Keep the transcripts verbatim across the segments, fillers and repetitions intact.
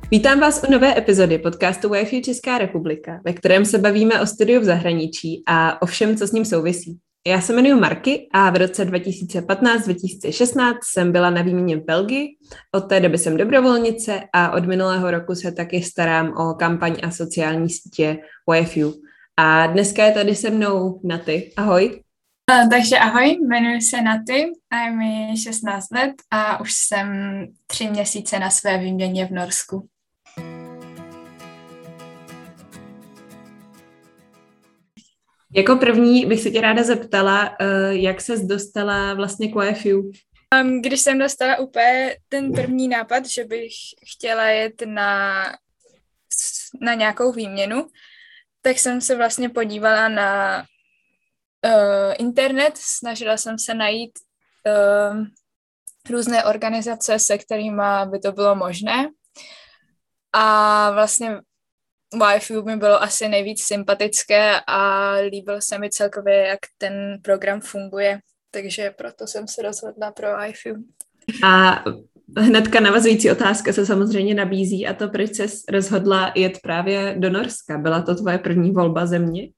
Vítám vás u nové epizody podcastu Wi-Fi Česká republika, ve kterém se bavíme o studiu v zahraničí a o všem, co s ním souvisí. Já se jmenuji Marky a v roce dva tisíce patnáct dva tisíce šestnáct jsem byla na výměně v Belgii, od té doby jsem dobrovolnice a od minulého roku se taky starám o kampaň a sociální sítě Wi-Fi. A dneska je tady se mnou Naty. Ahoj. Uh, takže ahoj, jmenuji se Naty a je mi šestnáct let a už jsem tři měsíce na své výměně v Norsku. Jako první bych se tě ráda zeptala, jak ses dostala vlastně k Wi-Fi? Um, když jsem dostala úplně ten první nápad, že bych chtěla jet na, na nějakou výměnu, tak jsem se vlastně podívala na uh, internet, snažila jsem se najít uh, různé organizace, se kterými by to bylo možné. A vlastně Wi-Fi mi bylo asi nejvíc sympatické a líbil se mi celkově, jak ten program funguje, takže proto jsem se rozhodla pro Wi-Fi. A hnedka navazující otázka se samozřejmě nabízí, a to proč ses rozhodla jet právě do Norska? Byla to tvoje první volba země?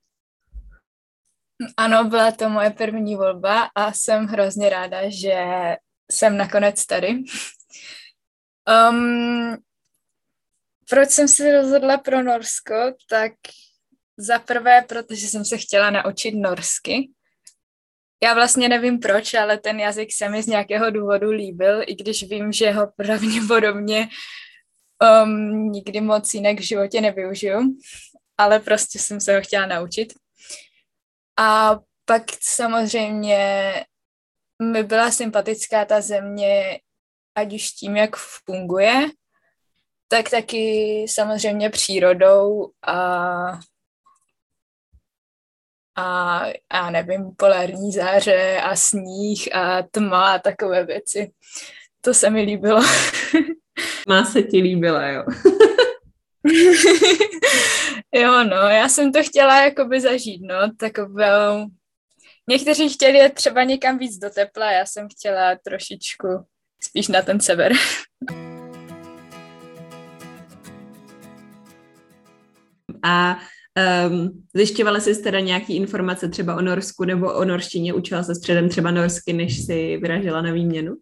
Ano, byla to moje první volba a jsem hrozně ráda, že jsem nakonec tady. Um, Proč jsem se rozhodla pro Norsko? Tak za prvé, protože jsem se chtěla naučit norsky. Já vlastně nevím proč, ale ten jazyk se mi z nějakého důvodu líbil, i když vím, že ho pravděpodobně um, nikdy moc jinak v životě nevyužiju, ale prostě jsem se ho chtěla naučit. A pak samozřejmě mi byla sympatická ta země, ať už tím, jak funguje, tak taky samozřejmě přírodou a, a, a nevím, polární záře a sníh a tma a takové věci. To se mi líbilo. Má se ti líbila, jo. Jo, no, já jsem to chtěla jakoby zažít, no, takovou... Někteří chtěli jet třeba někam víc do tepla, já jsem chtěla trošičku spíš na ten sever. A um, zjišťovala jsi teda nějaký informace třeba o Norsku nebo o norštině? Učila se předem třeba norsky, než jsi vyražila na výměnu?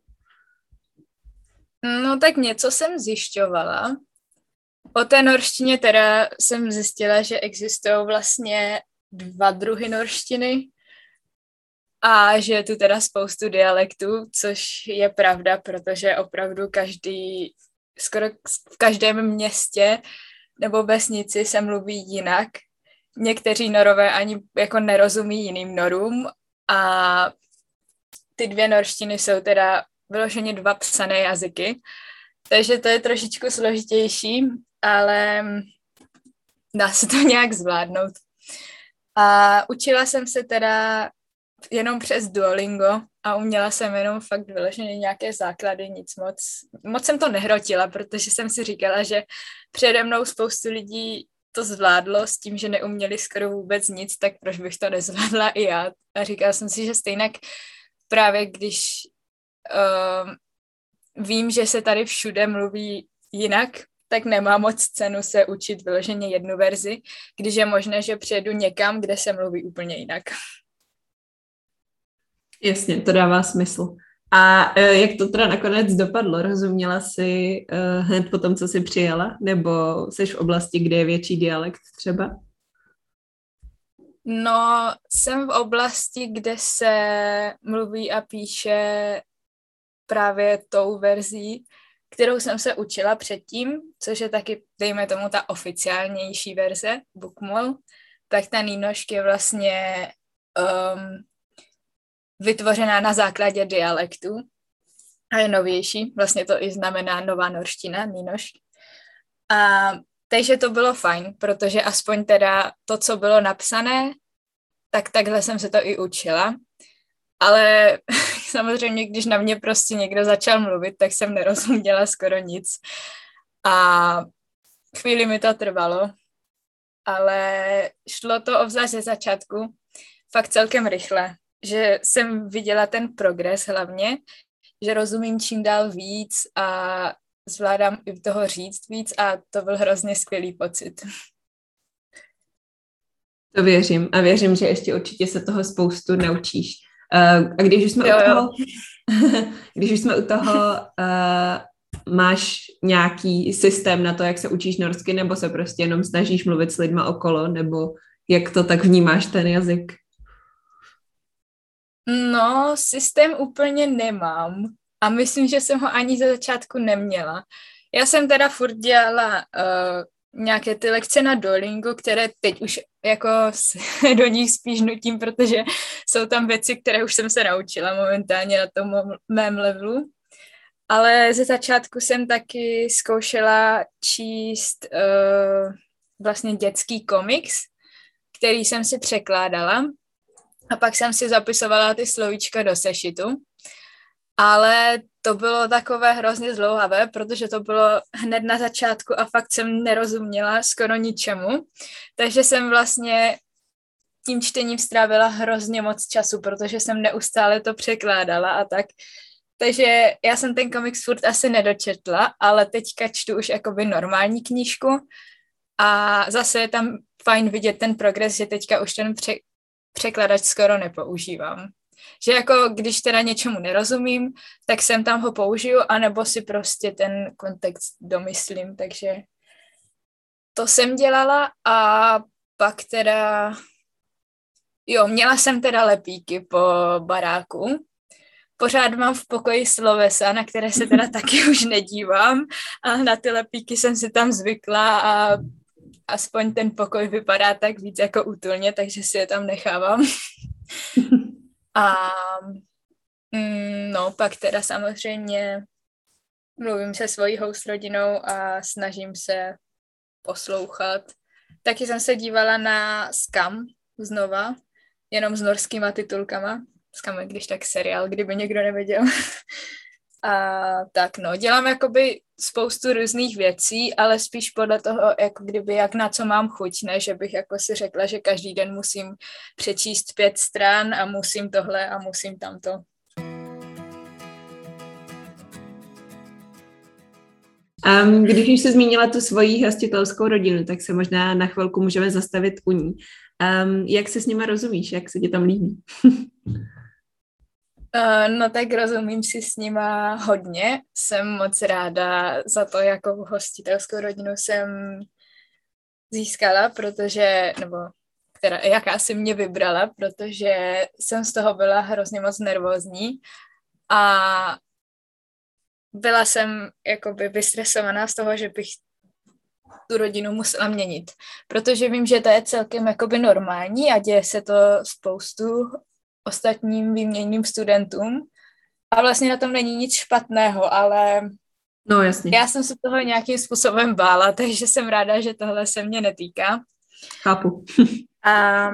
No tak něco jsem zjišťovala. O té norštině teda jsem zjistila, že existují vlastně dva druhy norštiny a že je tu teda spoustu dialektů, což je pravda, protože opravdu každý, skoro v každém městě nebo vesnici se mluví jinak. Někteří Norové ani jako nerozumí jiným Norům a ty dvě norštiny jsou teda vyloženě dva psané jazyky, takže to je trošičku složitější, ale dá se to nějak zvládnout. A učila jsem se teda jenom přes Duolingo a uměla jsem jenom fakt vyloženě nějaké základy, nic moc. Moc jsem to nehrotila, protože jsem si říkala, že přede mnou spoustu lidí to zvládlo s tím, že neuměli skoro vůbec nic, tak proč bych to nezvládla i já. A říkala jsem si, že stejně právě když uh, vím, že se tady všude mluví jinak, tak nemá moc cenu se učit vyloženě jednu verzi, když je možné, že přijedu někam, kde se mluví úplně jinak. Jasně, to dává smysl. A uh, jak to teda nakonec dopadlo? Rozuměla jsi uh, hned po tom, co jsi přijela? Nebo jsi v oblasti, kde je větší dialekt třeba? No, jsem v oblasti, kde se mluví a píše právě tou verzí, kterou jsem se učila předtím, což je taky, dejme tomu, ta oficiálnější verze, Bokmål, tak ta nínošk je vlastně um, vytvořená na základě dialektu a je novější, vlastně to i znamená nová norština, nínošk. A takže to bylo fajn, protože aspoň teda to, co bylo napsané, tak takhle jsem se to i učila. Ale samozřejmě, když na mě prostě někdo začal mluvit, tak jsem nerozuměla skoro nic. A chvíli mi to trvalo, ale šlo to obzvlášť ze začátku fakt celkem rychle, že jsem viděla ten progres hlavně, že rozumím čím dál víc a zvládám i toho říct víc a to byl hrozně skvělý pocit. To věřím a věřím, že ještě určitě se toho spoustu naučíš. Uh, a když už jsme jo, u toho, jo. když už jsme u toho, uh, máš nějaký systém na to, jak se učíš norsky, nebo se prostě jenom snažíš mluvit s lidma okolo, nebo jak to tak vnímáš ten jazyk? No, systém úplně nemám a myslím, že jsem ho ani ze začátku neměla. Já jsem teda furt dělala uh, nějaké ty lekce na Duolingu, které teď už jako se do nich spíš nutím, protože jsou tam věci, které už jsem se naučila momentálně na tom mém levelu. Ale ze začátku jsem taky zkoušela číst uh, vlastně dětský komiks, který jsem si překládala a pak jsem si zapisovala ty slovíčka do sešitu. Ale to bylo takové hrozně zdlouhavé, protože to bylo hned na začátku a fakt jsem nerozuměla skoro ničemu. Takže jsem vlastně tím čtením strávila hrozně moc času, protože jsem neustále to překládala a tak. Takže já jsem ten komiks furt asi nedočetla, ale teďka čtu už jakoby normální knížku a zase je tam fajn vidět ten progres, že teďka už ten pře- překladač skoro nepoužívám. Že jako když teda něčemu nerozumím, tak sem tam ho použiju, anebo si prostě ten kontext domyslím, takže to jsem dělala a pak teda, jo, měla jsem teda lepíky po baráku. Pořád mám v pokoji slovesa, na které se teda taky už nedívám a na ty lepíky jsem si tam zvykla a aspoň ten pokoj vypadá tak víc jako útulně, takže si je tam nechávám. A mm, no, pak teda samozřejmě mluvím se svojí host rodinou a snažím se poslouchat. Taky jsem se dívala na Skam znova, jenom s norskýma titulkama. Skam je když tak seriál, kdyby někdo nevěděl. A tak no, dělám jakoby spoustu různých věcí, ale spíš podle toho, jako kdyby jak na co mám chuť, ne, že bych jako si řekla, že každý den musím přečíst pět stran a musím tohle a musím tamto. Um, když už jsi zmínila tu svoji hostitelskou rodinu, tak se možná na chvilku můžeme zastavit u ní. Um, jak se s nima rozumíš? Jak se ti tam líbí? Uh, no tak rozumím si s nima hodně. Jsem moc ráda za to, jakou hostitelskou rodinu jsem získala, protože, nebo která, jaká si mě vybrala, protože jsem z toho byla hrozně moc nervózní a byla jsem jakoby vystresovaná z toho, že bych tu rodinu musela měnit, protože vím, že to je celkem jakoby normální a děje se to spoustu ostatním výměnným studentům a vlastně na tom není nic špatného, ale no, jasně. Já jsem se toho nějakým způsobem bála, takže jsem ráda, že tohle se mě netýká. Chápu. A,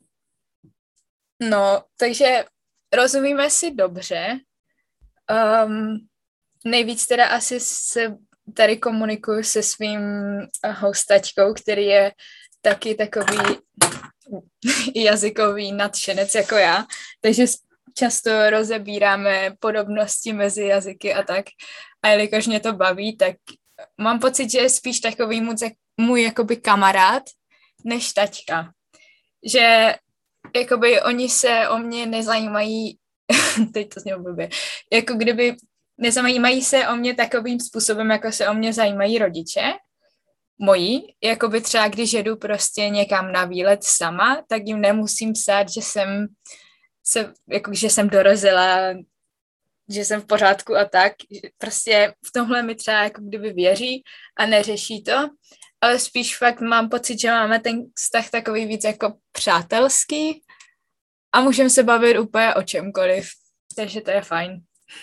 no, takže rozumíme si dobře. Um, nejvíc teda asi se tady komunikuju se svým hostačkou, který je taky takový jazykový nadšenec jako já, takže často rozebíráme podobnosti mezi jazyky a tak. A jelikož mě to baví, tak mám pocit, že je spíš takový můj, můj jakoby kamarád, než taťka. Že jakoby oni se o mě nezajímají, teď to znělo blbě, jako kdyby nezajímají se o mě takovým způsobem, jako se o mě zajímají rodiče moji, jakoby třeba když jedu prostě někam na výlet sama, tak jim nemusím psát, že jsem se, jako, že jsem dorazila, že jsem v pořádku a tak. Prostě v tomhle mi třeba jako kdyby věří a neřeší to, ale spíš fakt mám pocit, že máme ten vztah takový víc jako přátelský a můžeme se bavit úplně o čemkoliv, takže to je fajn.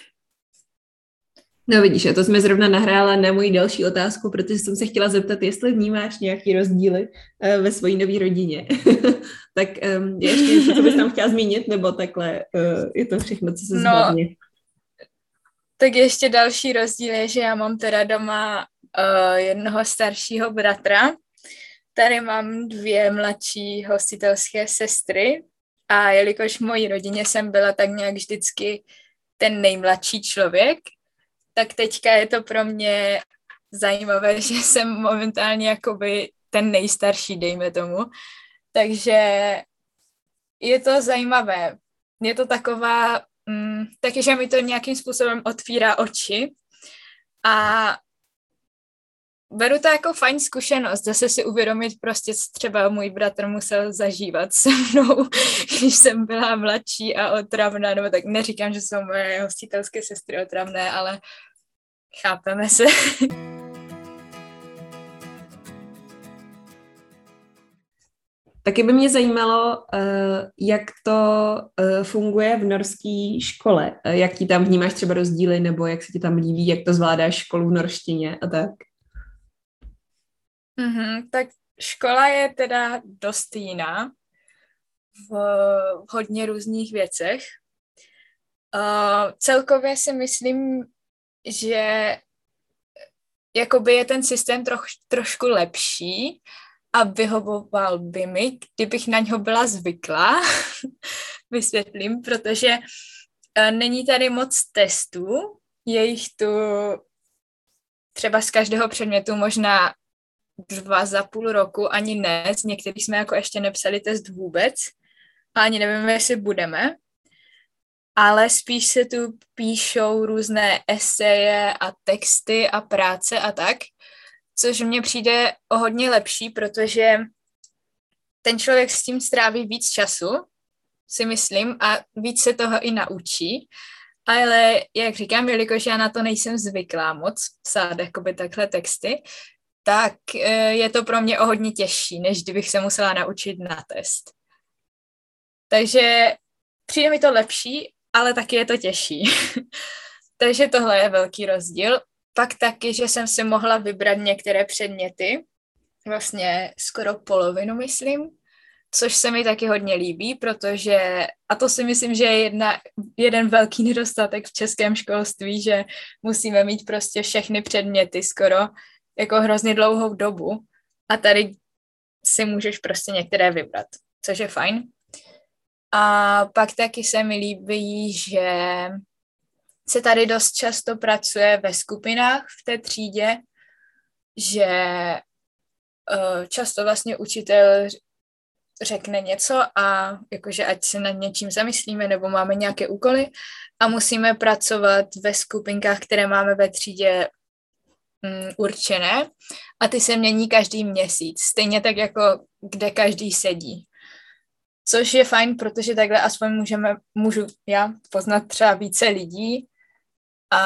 No vidíš, a to jsme zrovna nahrála na moji další otázku, protože jsem se chtěla zeptat, jestli vnímáš nějaký rozdíly uh, ve své nové rodině. Tak um, je ještě něco, co bys tam chtěla zmínit, nebo takhle uh, je to všechno, co se no, zbavně? Tak ještě další rozdíl je, že já mám teda doma uh, jednoho staršího bratra, tady mám dvě mladší hostitelské sestry a jelikož v mojí rodině jsem byla tak nějak vždycky ten nejmladší člověk, tak teďka je to pro mě zajímavé, že jsem momentálně jakoby ten nejstarší, dejme tomu. Takže je to zajímavé. Je to taková, mm, taky, že mi to nějakým způsobem otvírá oči a beru to jako fajn zkušenost, zase si uvědomit prostě, co třeba můj bratr musel zažívat se mnou, když jsem byla mladší a otravná, nebo tak neříkám, že jsou moje hostitelské sestry otravné, ale chápeme se. Taky by mě zajímalo, jak to funguje v norské škole. Jak ti tam vnímáš třeba rozdíly, nebo jak se ti tam líbí, jak to zvládáš školu v norštině a tak? Mm-hmm, tak škola je teda dost jiná v, v hodně různých věcech. Uh, celkově si myslím, že jakoby je ten systém troch, trošku lepší a vyhovoval by mi, kdybych na něho byla zvyklá. Vysvětlím, protože uh, není tady moc testů, je jich tu třeba z každého předmětu možná dva za půl roku, ani ne, z některých jsme jako ještě nepsali test vůbec a ani nevíme, jestli budeme, ale spíš se tu píšou různé eseje a texty a práce a tak, což mně přijde o hodně lepší, protože ten člověk s tím stráví víc času, si myslím, a víc se toho i naučí, ale jak říkám, jelikož já na to nejsem zvyklá moc psát jakoby takhle texty, tak je to pro mě o hodně těžší, než kdybych se musela naučit na test. Takže přijde mi to lepší, ale taky je to těžší. Takže tohle je velký rozdíl. Pak taky, že jsem si mohla vybrat některé předměty, vlastně skoro polovinu, myslím, což se mi taky hodně líbí, protože, a to si myslím, že je jedna, jeden velký nedostatek v českém školství, že musíme mít prostě všechny předměty skoro jako hrozně dlouhou dobu a tady si můžeš prostě některé vybrat, což je fajn. A pak taky se mi líbí, že se tady dost často pracuje ve skupinách v té třídě, že uh, často vlastně učitel řekne něco a jakože ať se nad něčím zamyslíme nebo máme nějaké úkoly a musíme pracovat ve skupinkách, které máme ve třídě um, určené a ty se mění každý měsíc, stejně tak jako kde každý sedí. Což je fajn, protože takhle aspoň můžeme, můžu já poznat třeba více lidí a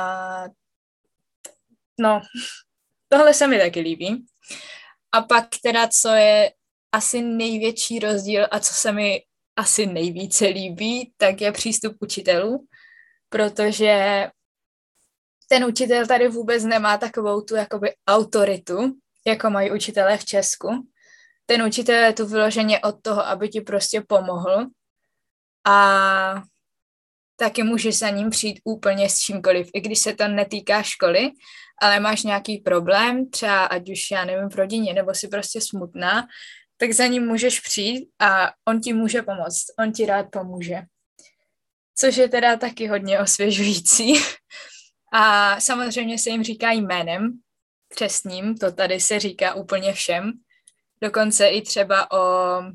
no, tohle se mi taky líbí. A pak teda, co je asi největší rozdíl a co se mi asi nejvíce líbí, tak je přístup učitelů, protože ten učitel tady vůbec nemá takovou tu jakoby autoritu, jako mají učitelé v Česku. Ten učitel je tu vyloženě od toho, aby ti prostě pomohl a taky můžeš za ním přijít úplně s čímkoliv, i když se to netýká školy, ale máš nějaký problém, třeba ať už, já nevím, v rodině, nebo si prostě smutná, tak za ním můžeš přijít a on ti může pomoct, on ti rád pomůže. Což je teda taky hodně osvěžující. A samozřejmě se jim říká jménem křestním, to tady se říká úplně všem. Dokonce i třeba o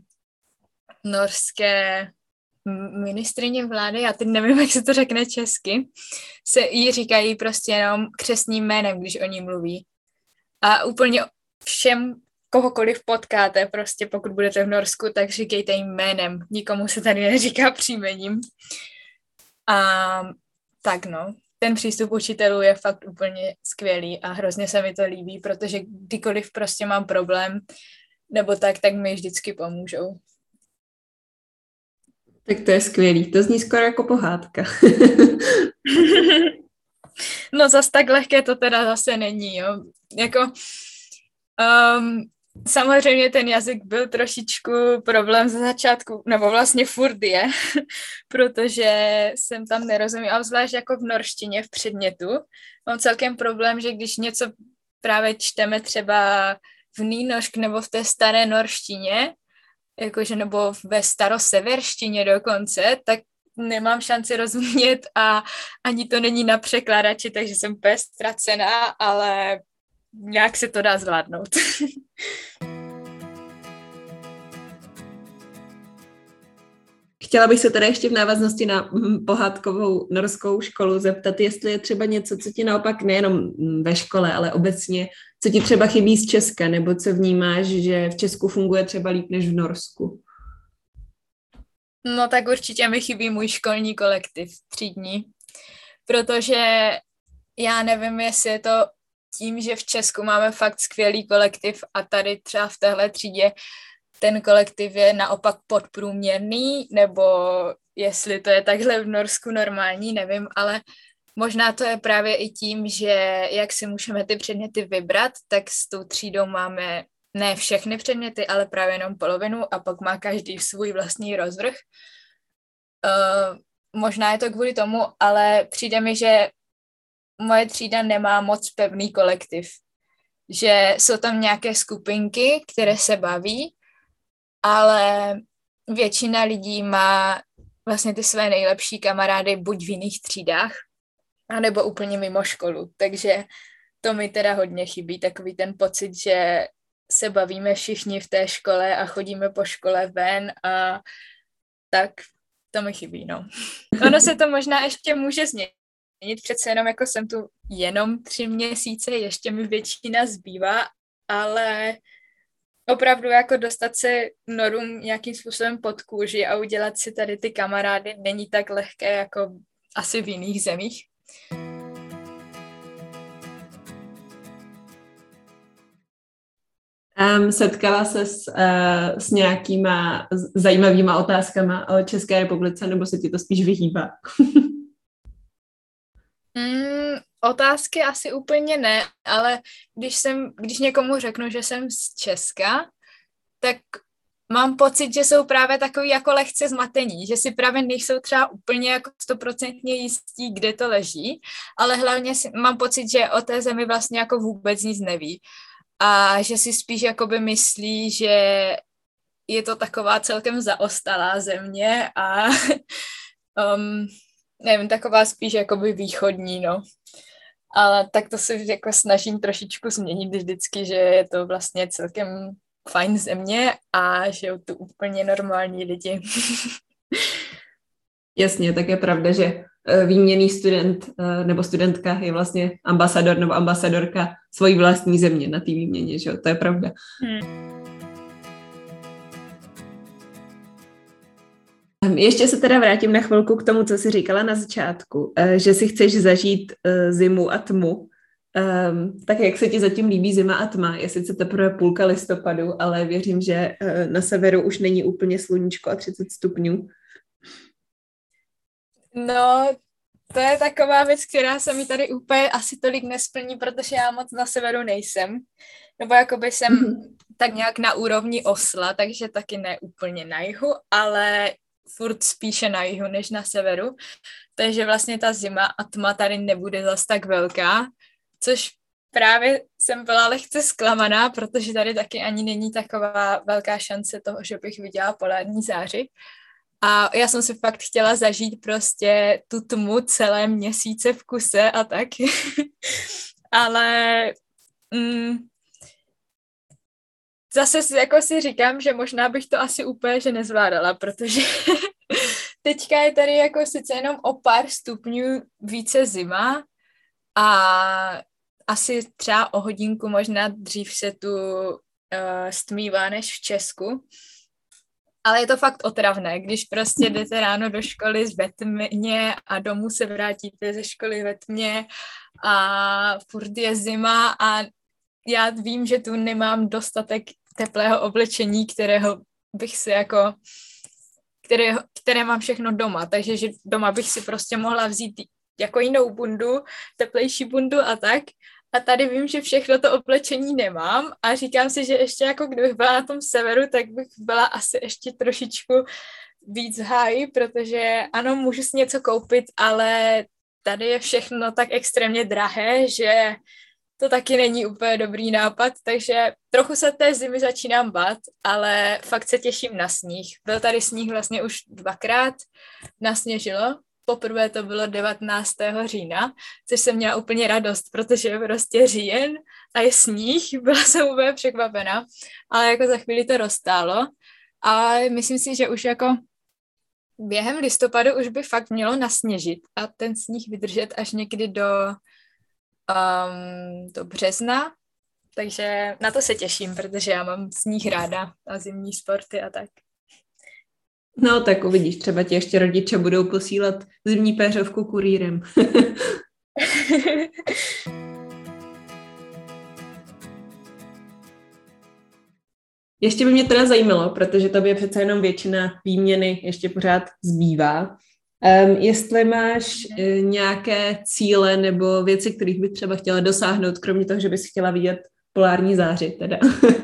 norské ministrině vlády, já teď nevím, jak se to řekne česky, se jí říkají prostě jenom křestním jménem, když o ní mluví. A úplně všem, kohokoliv potkáte, prostě pokud budete v Norsku, tak říkejte jim jménem. Nikomu se tady neříká příjmením. A tak no, ten přístup učitelů je fakt úplně skvělý a hrozně se mi to líbí, protože kdykoliv prostě mám problém, nebo tak, tak mi vždycky pomůžou. Tak to je skvělý. To zní skoro jako pohádka. No zas tak lehké to teda zase není, jo. Jako, um, samozřejmě ten jazyk byl trošičku problém za začátku, nebo vlastně furt je, protože jsem tam nerozuměla, zvlášť jako v norštině v předmětu. Mám celkem problém, že když něco právě čteme třeba v nýnošk nebo v té staré norštině, jakože nebo ve staroseverštině dokonce, tak nemám šanci rozumět a ani to není na překladači, takže jsem úplně ztracená, ale nějak se to dá zvládnout. Chtěla bych se teda ještě v návaznosti na pohádkovou norskou školu zeptat, jestli je třeba něco, co ti naopak nejenom ve škole, ale obecně, co ti třeba chybí z Česka, nebo co vnímáš, že v Česku funguje třeba líp než v Norsku? No tak určitě mi chybí můj školní kolektiv třídní, protože já nevím, jestli je to tím, že v Česku máme fakt skvělý kolektiv a tady třeba v téhle třídě ten kolektiv je naopak podprůměrný, nebo jestli to je takhle v Norsku normální, nevím, ale možná to je právě i tím, že jak si můžeme ty předměty vybrat, tak s tou třídou máme ne všechny předměty, ale právě jenom polovinu a pak má každý svůj vlastní rozvrh. Uh, možná je to kvůli tomu, ale přijde mi, že moje třída nemá moc pevný kolektiv. Že jsou tam nějaké skupinky, které se baví, ale většina lidí má vlastně ty své nejlepší kamarády buď v jiných třídách, anebo úplně mimo školu. Takže to mi teda hodně chybí, takový ten pocit, že se bavíme všichni v té škole a chodíme po škole ven a tak to mi chybí, no. Ono se to možná ještě může změnit, přece jenom jako jsem tu jenom tři měsíce, ještě mi většina zbývá, ale opravdu jako dostat se Norům nějakým způsobem pod kůži a udělat si tady ty kamarády není tak lehké jako asi v jiných zemích. Um, setkala se s, uh, s nějakýma zajímavýma otázkama o České republice, nebo se ti to spíš vyhýbá? mm, otázky asi úplně ne, ale když, jsem, když někomu řeknu, že jsem z Česka, tak mám pocit, že jsou právě takový jako lehce zmatení, že si právě nejsou třeba úplně jako stoprocentně jistí, kde to leží, ale hlavně si, mám pocit, že o té zemi vlastně jako vůbec nic neví. A že si spíš jakoby myslí, že je to taková celkem zaostalá země a um, nevím, taková spíš jakoby východní, no. Ale tak to se jako snažím trošičku změnit vždycky, že je to vlastně celkem fajn země a že jsou tu úplně normální lidi. Jasně, tak je pravda, že výměnný student nebo studentka je vlastně ambasador nebo ambasadorka svojí vlastní země na té výměně, že jo? To je pravda. Hmm. Ještě se teda vrátím na chvilku k tomu, co jsi říkala na začátku, že si chceš zažít zimu a tmu. Tak jak se ti zatím líbí zima a tma? Je sice teprve půlka listopadu, ale věřím, že na severu už není úplně sluníčko a třicet stupňů. No, to je taková věc, která se mi tady úplně asi tolik nesplní, protože já moc na severu nejsem. Nebo jakoby jsem mm-hmm. tak nějak na úrovni Osla, takže taky ne úplně na jihu, ale furt spíše na jihu než na severu. Takže vlastně ta zima a tma tady nebude zas tak velká, což právě jsem byla lehce zklamaná, protože tady taky ani není taková velká šance toho, že bych viděla polární záři. A já jsem si fakt chtěla zažít prostě tu tmu celé měsíce v kuse a tak. Ale mm, zase jako si říkám, že možná bych to asi úplně že nezvládala, protože teďka je tady jako sice jenom o pár stupňů více zima a asi třeba o hodinku možná dřív se tu uh, stmívá než v Česku. Ale je to fakt otravné, když prostě jdete ráno do školy ve tmě a domů se vrátíte ze školy ve tmě a furt je zima a já vím, že tu nemám dostatek teplého oblečení, kterého bych si jako, které, které mám všechno doma, takže že doma bych si prostě mohla vzít jako jinou bundu, teplejší bundu a tak. A tady vím, že všechno to oblečení nemám a říkám si, že ještě jako kdybych byla na tom severu, tak bych byla asi ještě trošičku víc v háji, protože ano, můžu si něco koupit, ale tady je všechno tak extrémně drahé, že to taky není úplně dobrý nápad, takže trochu se té zimy začínám bát, ale fakt se těším na sníh. Byl tady sníh vlastně už dvakrát, nasněžilo. Poprvé to bylo devatenáctého října, což jsem měla úplně radost, protože je prostě říjen a je sníh, byla jsem úplně překvapená, ale jako za chvíli to roztálo a myslím si, že už jako během listopadu už by fakt mělo nasněžit a ten sníh vydržet až někdy do, um, do března, takže na to se těším, protože já mám sníh ráda a zimní sporty a tak. No tak uvidíš, třeba ti ještě rodiče budou posílat zimní péřovku kurýrem. Ještě by mě teda zajímalo, protože tobě přece jenom většina výměny ještě pořád zbývá. Um, jestli máš uh, nějaké cíle nebo věci, kterých bys třeba chtěla dosáhnout, kromě toho, že bys chtěla vidět polární záři teda.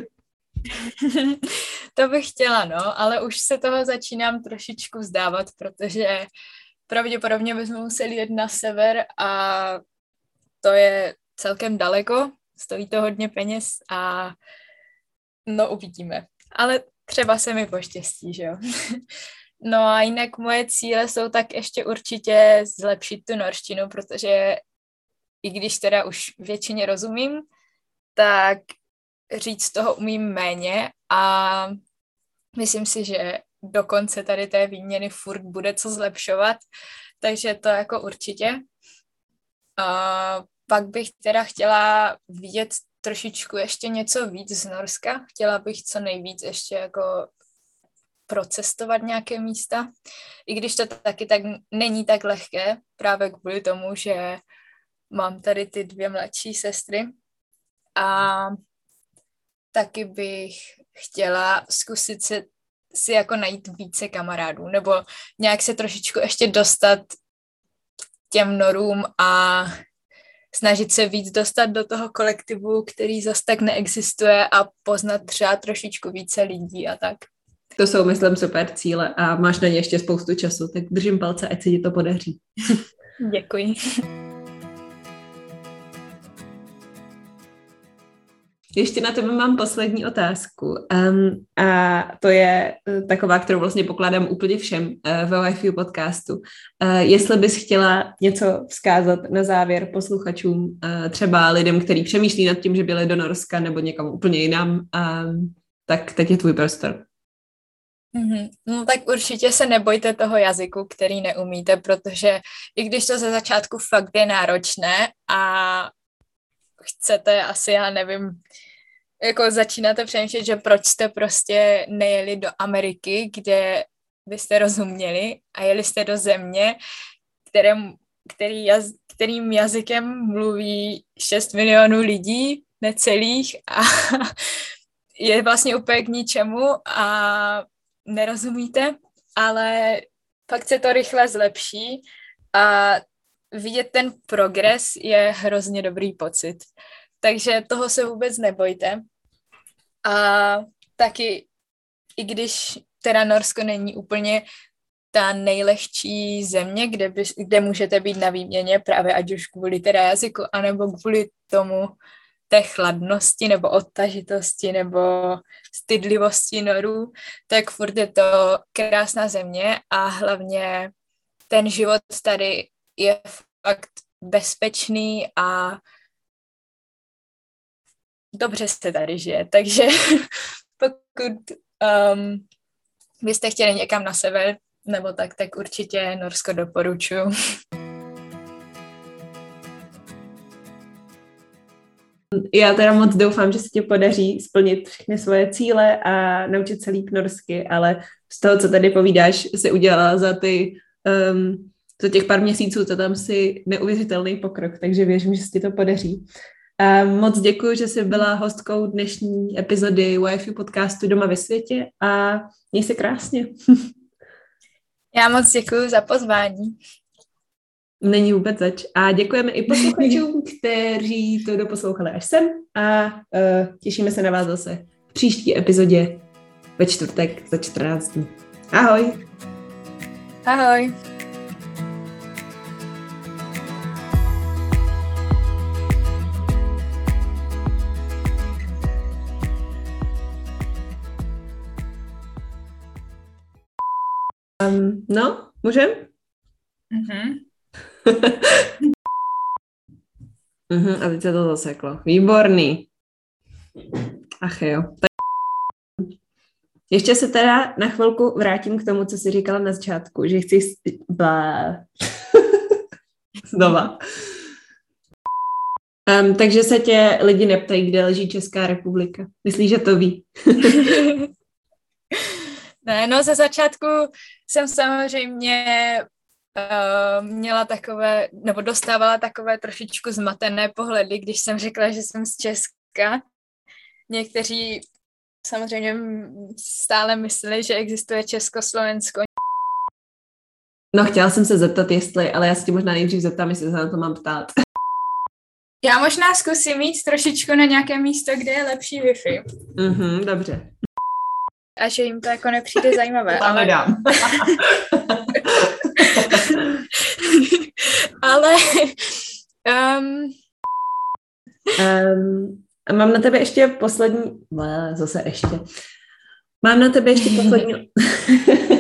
To bych chtěla, no, ale už se toho začínám trošičku vzdávat, protože pravděpodobně bychom museli jet na sever a to je celkem daleko, stojí to hodně peněz a no uvidíme. Ale třeba se mi poštěstí, že jo. No a jinak moje cíle jsou tak ještě určitě zlepšit tu norštinu, protože i když teda už většině rozumím, tak říct toho umím méně a myslím si, že do konce tady té výměny furt bude co zlepšovat, takže to jako určitě. A pak bych teda chtěla vidět trošičku ještě něco víc z Norska. Chtěla bych co nejvíc ještě jako procestovat nějaké místa, i když to taky tak není tak lehké, právě kvůli tomu, že mám tady ty dvě mladší sestry a taky bych chtěla zkusit se, si jako najít více kamarádů, nebo nějak se trošičku ještě dostat těm Norům a snažit se víc dostat do toho kolektivu, který zas tak neexistuje a poznat třeba trošičku více lidí a tak. To jsou, myslím, super cíle a máš na ně ještě spoustu času, tak držím palce, ať se ti to podaří. Děkuji. Ještě na tebe mám poslední otázku um, a to je uh, taková, kterou vlastně pokládám úplně všem uh, ve Wi-Fi podcastu. Uh, jestli bys chtěla něco vzkázat na závěr posluchačům, uh, třeba lidem, kteří přemýšlí nad tím, že byli do Norska nebo někam úplně jinam, um, tak teď je tvůj prostor. Mm-hmm. No tak určitě se nebojte toho jazyku, který neumíte, protože i když to ze začátku fakt je náročné a chcete asi, já nevím, jako začínáte přemýšlet, že proč jste prostě nejeli do Ameriky, kde byste rozuměli a jeli jste do země, kterém, který jaz, kterým jazykem mluví šest milionů lidí, necelých a je vlastně úplně k ničemu a nerozumíte, ale fakt se to rychle zlepší a vidět ten progres je hrozně dobrý pocit. Takže toho se vůbec nebojte. A taky, i když teda Norsko není úplně ta nejlehčí země, kde, by, kde můžete být na výměně, právě ať už kvůli teda jazyku, anebo kvůli tomu té chladnosti, nebo odtažitosti, nebo stydlivosti Norů, tak furt je to krásná země a hlavně ten život tady je fakt bezpečný a dobře se tady žije, takže pokud um, byste chtěli někam na sever, nebo tak, tak určitě Norsko doporučuji. Já teda moc doufám, že se ti podaří splnit všechny svoje cíle a naučit se líp norsky, ale z toho, co tady povídáš, si udělala za ty um, za těch pár měsíců, co tam si neuvěřitelný pokrok, takže věřím, že se ti to podaří. A moc děkuji, že jsi byla hostkou dnešní epizody Wi-Fi podcastu Doma ve světě a měj se krásně. Já moc děkuji za pozvání. Není vůbec zač. A děkujeme i posluchačům, kteří to doposlouchali až sem a uh, těšíme se na vás zase v příští epizodě ve čtvrtek za čtrnáct dní. Ahoj! Ahoj! Um, no, můžem? Mhm. uh-huh, a teď se to zaseklo. Výborný. Ach jo. Tak... Ještě se teda na chvilku vrátím k tomu, co jsi říkala na začátku, že chci... Blá. Znova. Um, takže se tě lidi neptají, kde leží Česká republika. Myslíš, že to ví? Ne, no ze začátku jsem samozřejmě uh, měla takové, nebo dostávala takové trošičku zmatené pohledy, když jsem řekla, že jsem z Česka. Někteří samozřejmě stále mysleli, že existuje Československo. No, chtěla jsem se zeptat, jestli, ale já si tě možná nejdřív zeptám, jestli se na to mám ptát. Já možná zkusím jít trošičku na nějaké místo, kde je lepší Wi-Fi. Mhm, dobře. A že jim to jako nepřijde zajímavé. To ale dám. ale... Um... Um, a mám na tebe ještě poslední... Zase ještě. Mám na tebe ještě poslední...